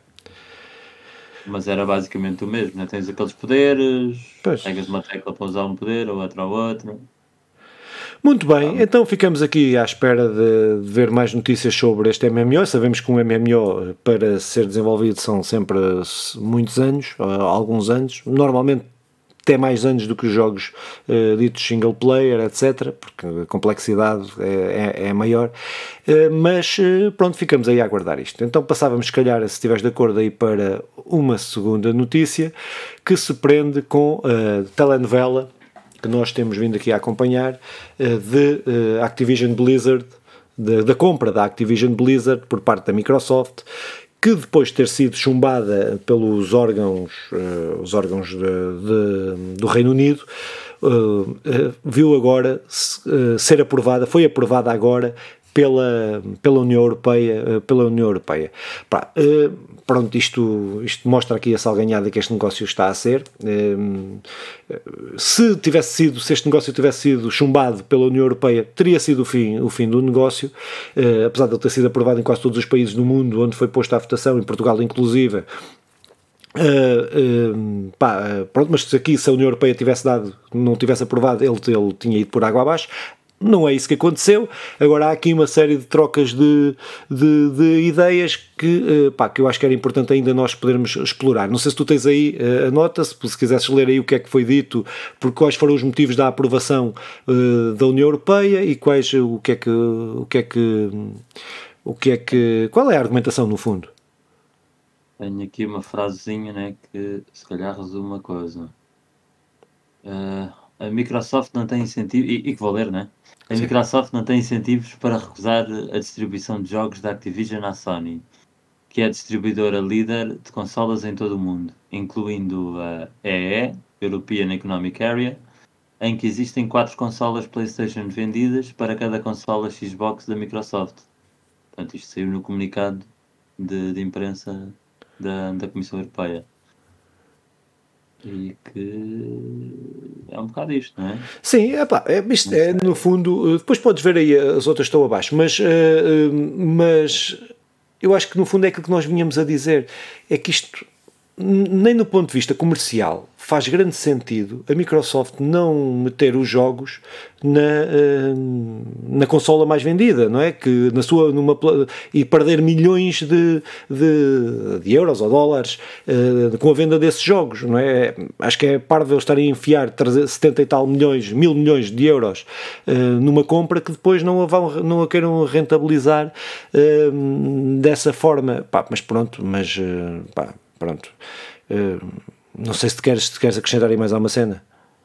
Mas era basicamente o mesmo, né? Tens aqueles poderes, pegas uma tecla para usar um poder, ou outra ao outro. Muito bem, então ficamos aqui à espera de ver mais notícias sobre este MMO. Sabemos que um MMO para ser desenvolvido são sempre muitos anos, alguns anos, normalmente até mais anos do que os jogos ditos single player, etc., porque a complexidade é maior, mas pronto, ficamos aí a aguardar isto. Então passávamos, se calhar, se estiveres de acordo, aí para uma segunda notícia que se prende com a telenovela que nós temos vindo aqui a acompanhar, de Activision Blizzard, da compra da Activision Blizzard por parte da Microsoft, que depois de ter sido chumbada pelos órgãos do Reino Unido, viu agora ser aprovada, foi aprovada agora pela União Europeia. Pronto, isto mostra aqui a salganhada que este negócio está a ser. Se este negócio tivesse sido chumbado pela União Europeia, teria sido o fim do negócio, apesar de ele ter sido aprovado em quase todos os países do mundo onde foi posto à votação, em Portugal inclusive. Pronto, mas se a União Europeia não tivesse aprovado, ele tinha ido por água abaixo. Não é isso que aconteceu. Agora há aqui uma série de trocas de ideias que eu acho que era importante ainda nós podermos explorar. Não sei se tu tens aí a nota, se quisesses ler aí o que é que foi dito, porque quais foram os motivos da aprovação da União Europeia e qual é a argumentação no fundo? Tenho aqui uma frasezinha, né, que se calhar resume a coisa. A Microsoft não tem incentivo, e que vou ler, né? A Sim. Microsoft não tem incentivos para recusar a distribuição de jogos da Activision à Sony, que é a distribuidora líder de consolas em todo o mundo, incluindo a EE, European Economic Area, em que existem 4 consolas PlayStation vendidas para cada consola Xbox da Microsoft. Portanto, isto saiu no comunicado de imprensa da Comissão Europeia. E que é um bocado isto, não é? Sim, isto é no fundo, depois podes ver aí, as outras estão abaixo, mas eu acho que no fundo é aquilo que nós vinhamos a dizer, é que isto, nem do ponto de vista comercial, faz grande sentido a Microsoft não meter os jogos na consola mais vendida, não é? Que e perder milhões de euros ou dólares com a venda desses jogos, não é? Acho que é parvo eles estarem a enfiar 70 e tal milhões, 1000 milhões de euros numa compra que depois não a queiram rentabilizar dessa forma. Mas pronto, pronto. Não sei se queres acrescentar aí mais alguma cena.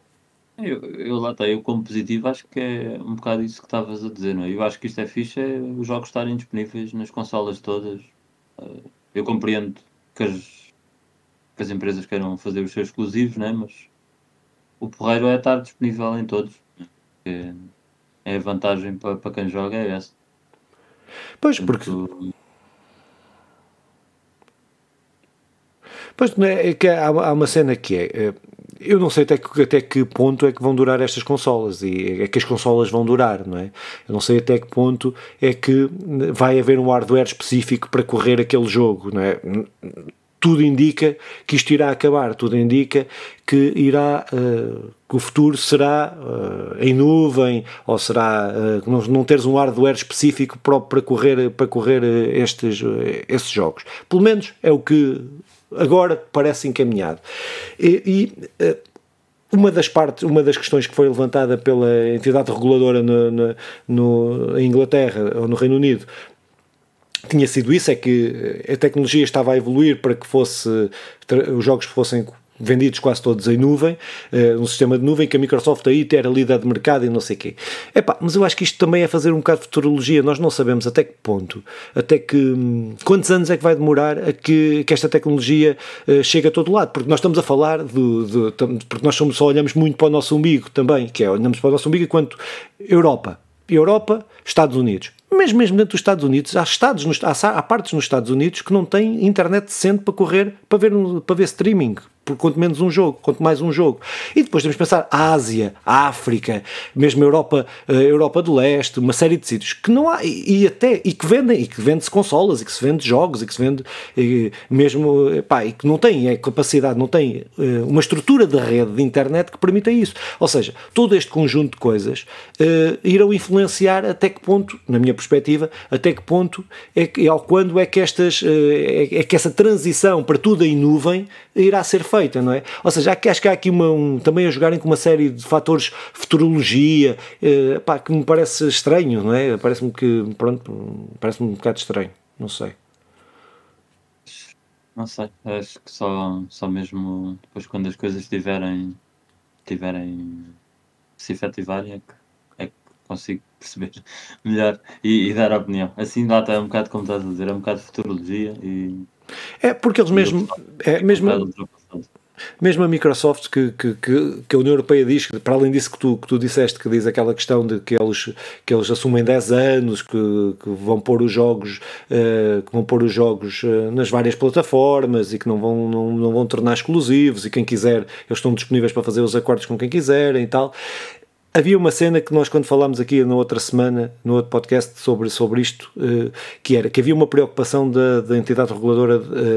Eu como positivo acho que é um bocado isso que estavas a dizer, não é? Eu acho que isto é fixe, é os jogos estarem disponíveis nas consolas todas. Eu compreendo que as empresas queiram fazer os seus exclusivos, né? Mas o porreiro é estar disponível em todos. É a vantagem para quem joga, é essa. Pois, porque... Pois, é que há uma cena que é... Eu não sei até que ponto é que vão durar estas consolas, e é que as consolas vão durar, não é? Eu não sei até que ponto é que vai haver um hardware específico para correr aquele jogo, não é? Tudo indica que isto irá acabar, tudo indica que que o futuro será em nuvem, ou será não teres um hardware específico próprio para correr esses jogos. Pelo menos é o que agora parece encaminhado. Uma das questões que foi levantada pela entidade reguladora em Inglaterra ou no Reino Unido tinha sido isso, é que a tecnologia estava a evoluir para que os jogos fossem vendidos quase todos em nuvem, um sistema de nuvem, que a Microsoft aí era líder de mercado e não sei o quê. Mas eu acho que isto também é fazer um bocado de futurologia. Nós não sabemos até que ponto, quantos anos é que vai demorar a que esta tecnologia chegue a todo lado, porque nós estamos a falar porque nós só olhamos muito para o nosso umbigo também, olhamos para o nosso umbigo enquanto Europa, Estados Unidos. Mas mesmo dentro dos Estados Unidos, há partes nos Estados Unidos que não têm internet decente para ver streaming, quanto mais um jogo. E depois temos que pensar a Ásia, a África, mesmo a Europa do Leste, uma série de sítios que não há, e que vende-se consolas, e que se vende jogos, e que se vende e que não tem capacidade, não tem uma estrutura de rede de internet que permita isso. Ou seja, todo este conjunto de coisas irão influenciar até que ponto, na minha perspectiva, quando é que essa transição para tudo em nuvem irá ser feita, não é? Ou seja, acho que há aqui também a jogarem com uma série de fatores, futurologia, que me parece estranho, não é? Parece-me um bocado estranho, não sei. Não sei, acho que só mesmo depois quando as coisas tiverem se efetivarem é que consigo perceber melhor e dar a opinião. Assim lá está um bocado como estás a dizer, é um bocado de futurologia e... Porque eles mesmo Mesmo a Microsoft, que a União Europeia diz, que, para além disso que tu disseste, que diz aquela questão de que eles assumem 10 anos, que vão pôr os jogos, nas várias plataformas e que não vão tornar exclusivos, e quem quiser, eles estão disponíveis para fazer os acordos com quem quiserem e tal. Havia uma cena que nós, quando falámos aqui na outra semana, no outro podcast, sobre isto, que era que havia uma preocupação da entidade reguladora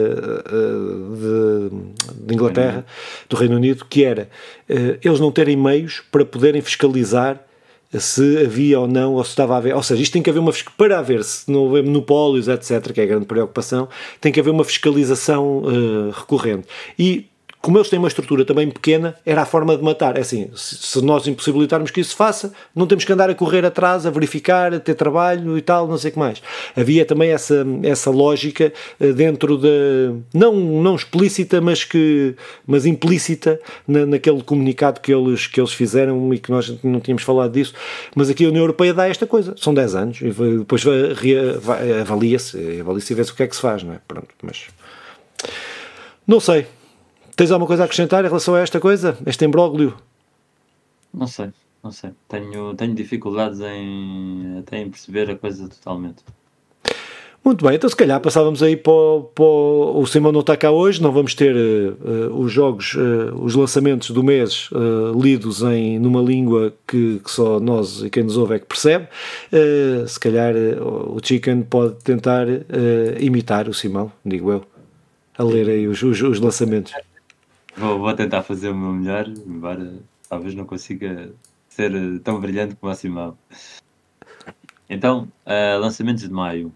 de Inglaterra, do Reino Unido, que era eles não terem meios para poderem fiscalizar se havia ou não, ou se estava a haver. Ou seja, isto tem que haver para haver, se não houver monopólios, etc., que é a grande preocupação, tem que haver uma fiscalização recorrente. E como eles têm uma estrutura também pequena, era a forma de matar. É assim, se nós impossibilitarmos que isso se faça, não temos que andar a correr atrás, a verificar, a ter trabalho e tal, não sei o que mais. Havia também essa lógica dentro não explícita, mas implícita naquele comunicado que eles fizeram, e que nós não tínhamos falado disso. Mas aqui a União Europeia dá esta coisa. São 10 anos, e depois avalia-se e vê-se o que é que se faz, não é? Pronto, mas não sei. Tens alguma coisa a acrescentar em relação a esta coisa? Este imbróglio? Não sei. Tenho dificuldades em perceber a coisa totalmente. Muito bem, então se calhar passávamos aí para o Simão não está cá hoje, não vamos ter os jogos, os lançamentos do mês lidos numa língua que só nós e quem nos ouve é que percebe. Se calhar o Chicken pode tentar imitar o Simão, digo eu, a ler aí os lançamentos. Vou tentar fazer o meu melhor, embora talvez não consiga ser tão brilhante como o Simão. Então, lançamentos de maio.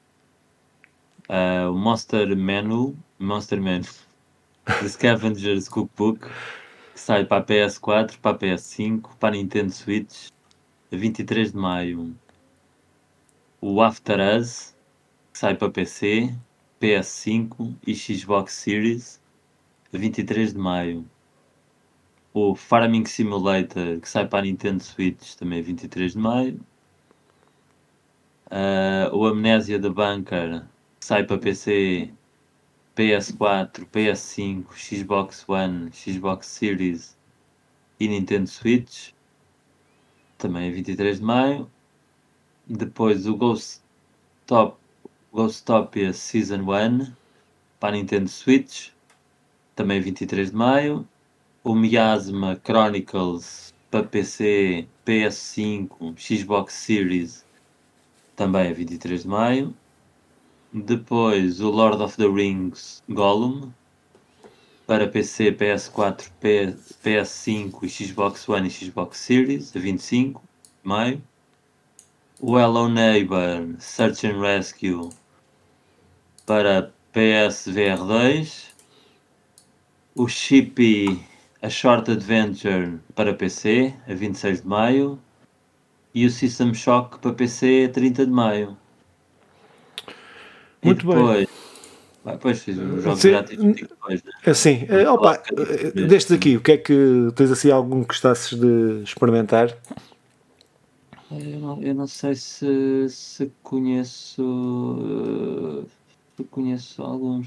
O Monster Menu, The Scavenger's Cookbook, que sai para a PS4, para a PS5, para a Nintendo Switch, a 23 de maio. O After Us, que sai para PC, PS5 e Xbox Series, 23 de maio. O Farming Simulator, que sai para a Nintendo Switch, também 23 de maio. O Amnesia The Bunker, que sai para PC, PS4, PS5, Xbox One, Xbox Series e Nintendo Switch, também 23 de maio. Depois o Ghostopia Season 1 para a Nintendo Switch, também 23 de maio. O Miasma Chronicles para PC, PS5, Xbox Series, também 23 de maio. Depois o Lord of the Rings Gollum para PC, PS4, PS5 e Xbox One e Xbox Series, a 25 de maio. O Hello Neighbor Search and Rescue para PSVR 2. O Shippy A Short Adventure para PC, a 26 de maio. E o System Shock para PC, a 30 de maio. Muito bem. Depois fiz os jogos grátis depois, né? Assim, destes aqui, o que é que tens assim algum que gostasses de experimentar? Eu não sei se conheço alguns.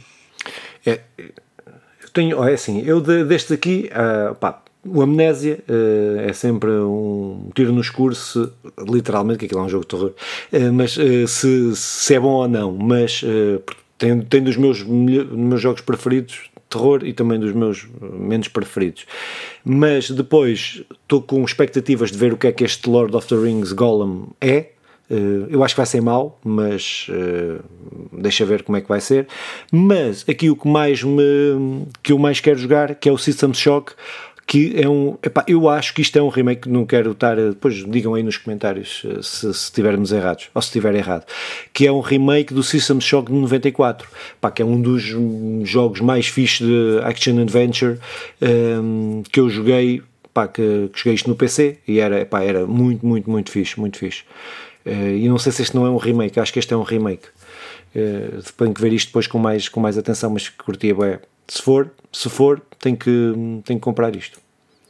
Eu destes aqui, o Amnésia é sempre um tiro no escuro, literalmente, que aquilo é um jogo de terror, mas se é bom ou não, mas tem dos meus jogos preferidos, terror, e também dos meus menos preferidos. Mas depois estou com expectativas de ver o que é que este Lord of the Rings Gollum é. Eu acho que vai ser mau, mas deixa ver como é que vai ser. Mas aqui o que eu mais quero jogar, que é o System Shock, que é eu acho que isto é um remake. Não quero estar, depois digam aí nos comentários se estivermos errados, ou se estiver errado, que é um remake do System Shock de 94, que é um dos jogos mais fixes de Action Adventure que eu joguei, que joguei isto no PC, e era muito, muito, muito fixe, muito fixe. E não sei se este não é um remake, acho que este é um remake. Tenho que ver isto depois com mais atenção, mas curtia bem. Se for, tenho que comprar isto.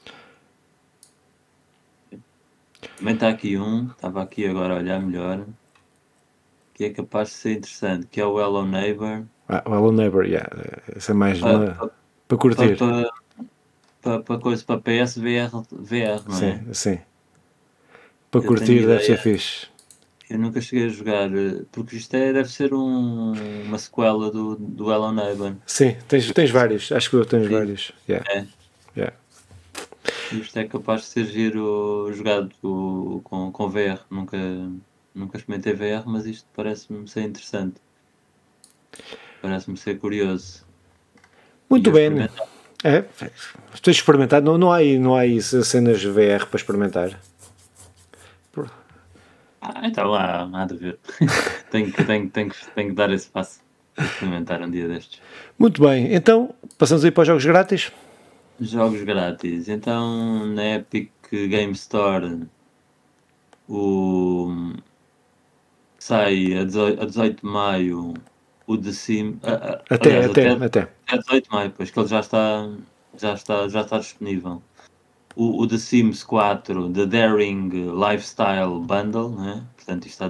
Também está aqui estava aqui agora a olhar melhor, que é capaz de ser interessante, que é o Hello Neighbor. O Hello Neighbor, esse é mais para curtir. para coisa, para PS VR, não é? Sim. Para Eu curtir tenho deve ser ideia. fixe. Eu nunca cheguei a jogar, porque isto deve ser uma sequela do Alan Wake. Sim, tens vários. Acho que eu tens Sim. vários. Yeah. É. Yeah. Isto é capaz de ser giro jogado com VR. Nunca experimentei VR, mas isto parece-me ser interessante. Parece-me ser curioso. Muito E eu bem. experimentar. Estou a experimentar. Não há aí cenas VR para experimentar. Então há de ver. tenho que dar esse passo. Experimentar um dia destes. Muito bem. Então, passamos aí para os jogos grátis. Jogos grátis. Então, na Epic Game Store, sai a 18 de maio o The Sims. Até. Até 18 de maio, pois que ele já está disponível. O The Sims 4, The Daring Lifestyle Bundle, né? Portanto, isto há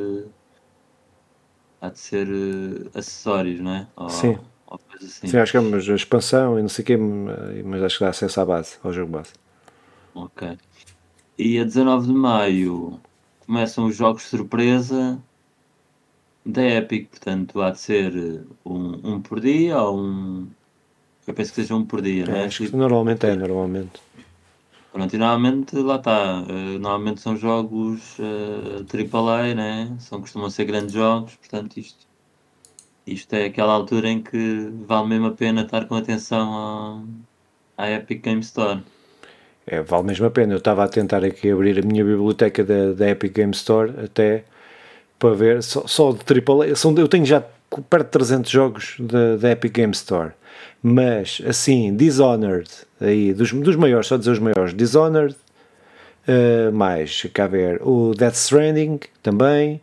de ser acessórios, não é? Sim. Ou coisa assim. Sim, acho que é uma expansão e não sei o quê, mas acho que dá acesso à base, ao jogo base. Ok. E a 19 de maio começam os jogos surpresa da Epic, portanto há de ser um por dia ou um. Eu penso que seja um por dia, não é? Acho que normalmente. Pronto, e normalmente lá está. Normalmente são jogos AAA, né? Costumam ser grandes jogos, portanto isto é aquela altura em que vale mesmo a pena estar com atenção à Epic Game Store. Vale mesmo a pena. Eu estava a tentar aqui abrir a minha biblioteca da Epic Game Store até para ver, só de AAA, eu tenho já perto de 300 jogos da Epic Game Store, mas assim, Dishonored, aí, dos maiores, só dizer os maiores, Dishonored, mais, cá ver, o Death Stranding também,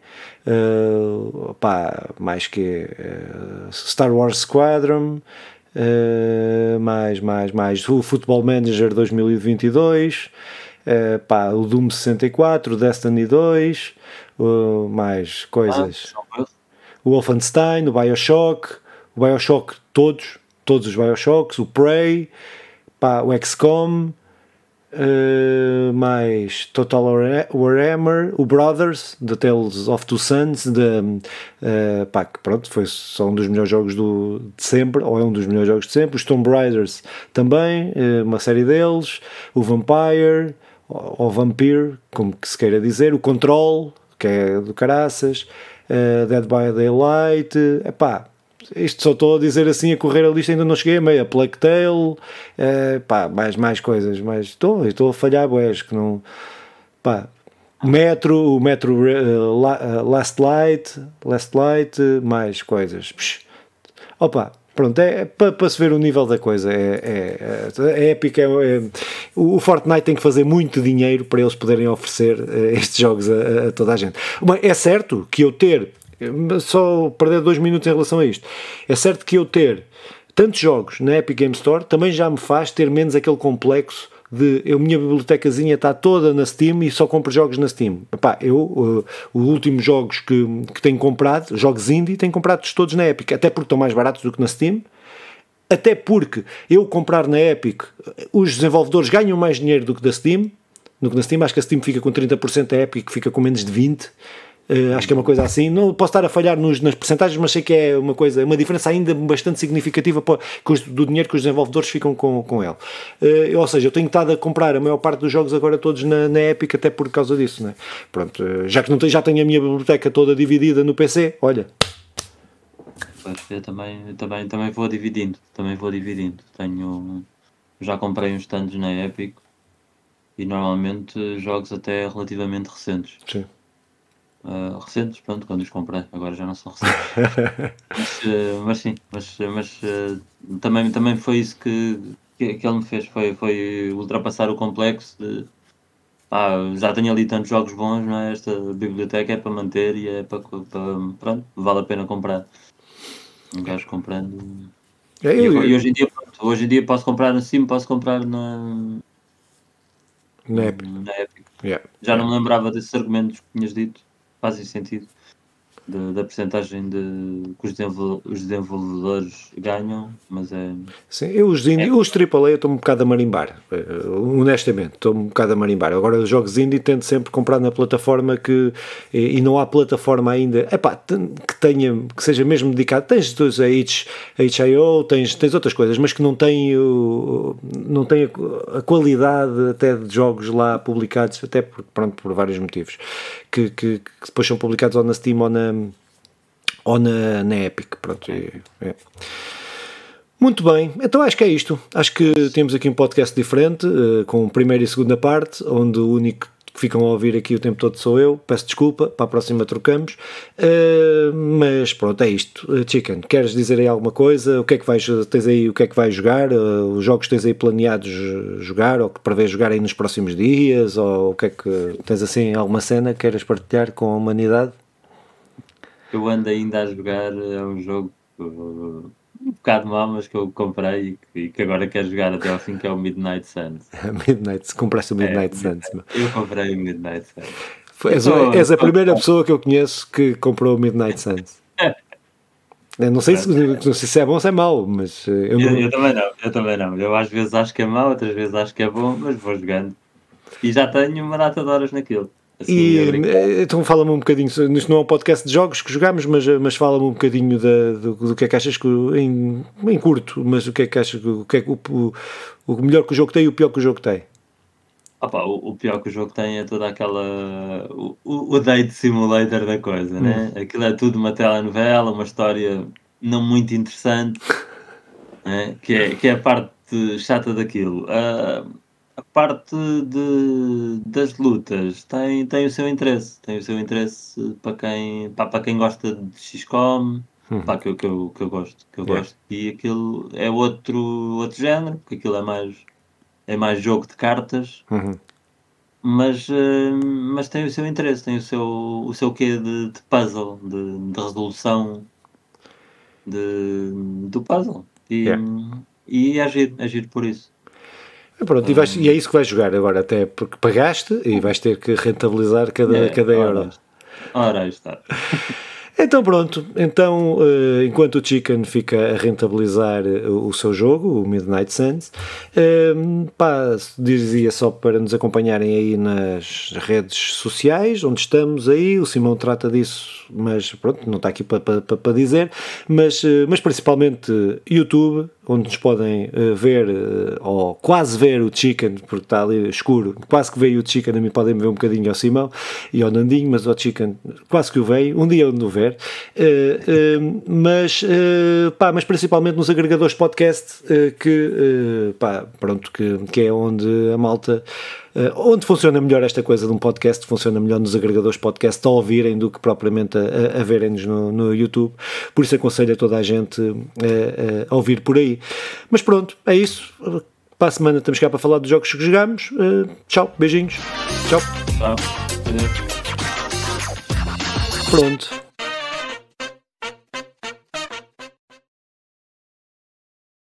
mais que Star Wars Squadron, mais o Football Manager 2022, o Doom 64, o Destiny 2, mais coisas, o Wolfenstein, o Bioshock, todos os Bioshocks, o Prey, o XCOM, mais Total Warhammer, o Brothers, The Tales of Two Sons, que pronto, foi só um dos melhores jogos de sempre, ou é um dos melhores jogos de sempre, os Tomb Raiders também, uma série deles, o Vampire, ou Vampire, como que se queira dizer, o Control, que é do caraças, Dead by Daylight, isto só estou a dizer assim, a correr a lista, ainda não cheguei a meia, Plague Tale, mais coisas, mas estou a falhar, boés, que não, o Metro Last Light, mais coisas, pronto, é para se ver o nível da coisa, é épico, o Fortnite tem que fazer muito dinheiro para eles poderem oferecer estes jogos a toda a gente. É certo que só perder 2 minutos em relação a isto, é certo que eu ter tantos jogos na Epic Game Store também já me faz ter menos aquele complexo de a minha bibliotecazinha está toda na Steam e só compro jogos na Steam. Os últimos jogos que tenho comprado, jogos indie, tenho comprado todos na Epic, até porque estão mais baratos do que na Steam, até porque eu comprar na Epic, os desenvolvedores ganham mais dinheiro do que na Steam, acho que a Steam fica com 30%, a Epic fica com menos de 20%, acho que é uma coisa assim, não posso estar a falhar nas percentagens, mas sei que é uma diferença ainda bastante significativa do dinheiro que os desenvolvedores ficam com ele. Ou seja, eu tenho estado a comprar a maior parte dos jogos agora todos na Epic até por causa disso, né? Pronto, já que já tenho a minha biblioteca toda dividida no PC, olha. Eu também vou dividindo, já comprei uns tantos na Epic e normalmente jogos até relativamente recentes. Sim. Recentes, pronto, quando os comprei, agora já não são recentes. mas também foi isso que ele me fez, foi ultrapassar o complexo de já tenho ali tantos jogos bons, não é? Esta biblioteca é para manter e é para pronto, vale a pena comprar. Um gajo comprando. E hoje em dia posso comprar no Steam, posso comprar na Epic. Já não me lembrava desses argumentos que tinhas dito. Fazem sentido. da percentagem que os desenvolvedores ganham, mas é... Sim, os AAA eu estou um bocado a marimbar, honestamente, estou um bocado a marimbar. Agora os jogos indie tento sempre comprar na plataforma e não há plataforma ainda, que seja mesmo dedicado. Tens a itch.io, tens outras coisas, mas que não tem a qualidade até de jogos lá publicados, até por vários motivos, que depois são publicados ou na Steam ou na Epic. Pronto, Muito bem, então acho que é isto. Acho que temos aqui um podcast diferente, com primeira e segunda parte, onde o único que ficam a ouvir aqui o tempo todo sou eu. Peço desculpa, para a próxima trocamos, mas pronto, é isto. Chicken, queres dizer aí alguma coisa? Tens aí o que é que vais jogar? Os jogos que tens aí planeados jogar, ou que prevês jogar aí nos próximos dias, ou o que é que tens assim, alguma cena que queiras partilhar com a humanidade? Eu ando ainda a jogar, é um jogo um bocado mau, mas que eu comprei e que agora quero jogar até ao fim, que é o Midnight Suns. Compraste o Midnight Suns. Eu comprei o Midnight Suns. És a primeira pessoa que eu conheço que comprou o Midnight Suns. Eu não sei se é bom ou se é mau, mas eu também não. Eu às vezes acho que é mau, outras vezes acho que é bom, mas vou jogando. E já tenho uma data de horas naquilo. Assim, então fala-me um bocadinho, isto não é um podcast de jogos que jogamos, mas fala-me um bocadinho do que é que achas em curto, mas o que é que achas, o melhor que o jogo tem e o pior que o jogo tem? O pior que o jogo tem é toda aquela o date simulator da coisa, né? Aquilo é tudo uma telenovela, uma história não muito interessante, né? que é a parte chata daquilo. A parte das lutas tem o seu interesse. Tem o seu interesse para quem gosta de XCOM, que eu gosto. E aquilo é outro género, porque aquilo é mais jogo de cartas, mas tem o seu interesse, tem o seu quê de puzzle, de resolução do puzzle. E é giro por isso. Pronto, e é isso que vais jogar agora, até porque pagaste e vais ter que rentabilizar cada euro. Ora, aí está. Então pronto, enquanto o Chicken fica a rentabilizar o seu jogo, o Midnight Suns, dizia só para nos acompanharem aí nas redes sociais, onde estamos aí, o Simão trata disso, mas pronto, não está aqui para dizer, mas principalmente YouTube, onde nos podem ver, ou quase ver o Chicken, porque está ali escuro, quase que veio o Chicken, a mim podem ver um bocadinho ao Simão e ao Nandinho, mas ao Chicken quase que o veio, um dia onde o ver, mas principalmente nos agregadores de podcast, que é onde a malta... onde funciona melhor esta coisa de um podcast, funciona melhor nos agregadores de podcast a ouvirem do que propriamente a verem-nos no YouTube, por isso aconselho a toda a gente a ouvir por aí. Mas pronto, é isso. Para a semana estamos cá para falar dos jogos que jogamos. Tchau, beijinhos. Tchau. Tchau. Pronto.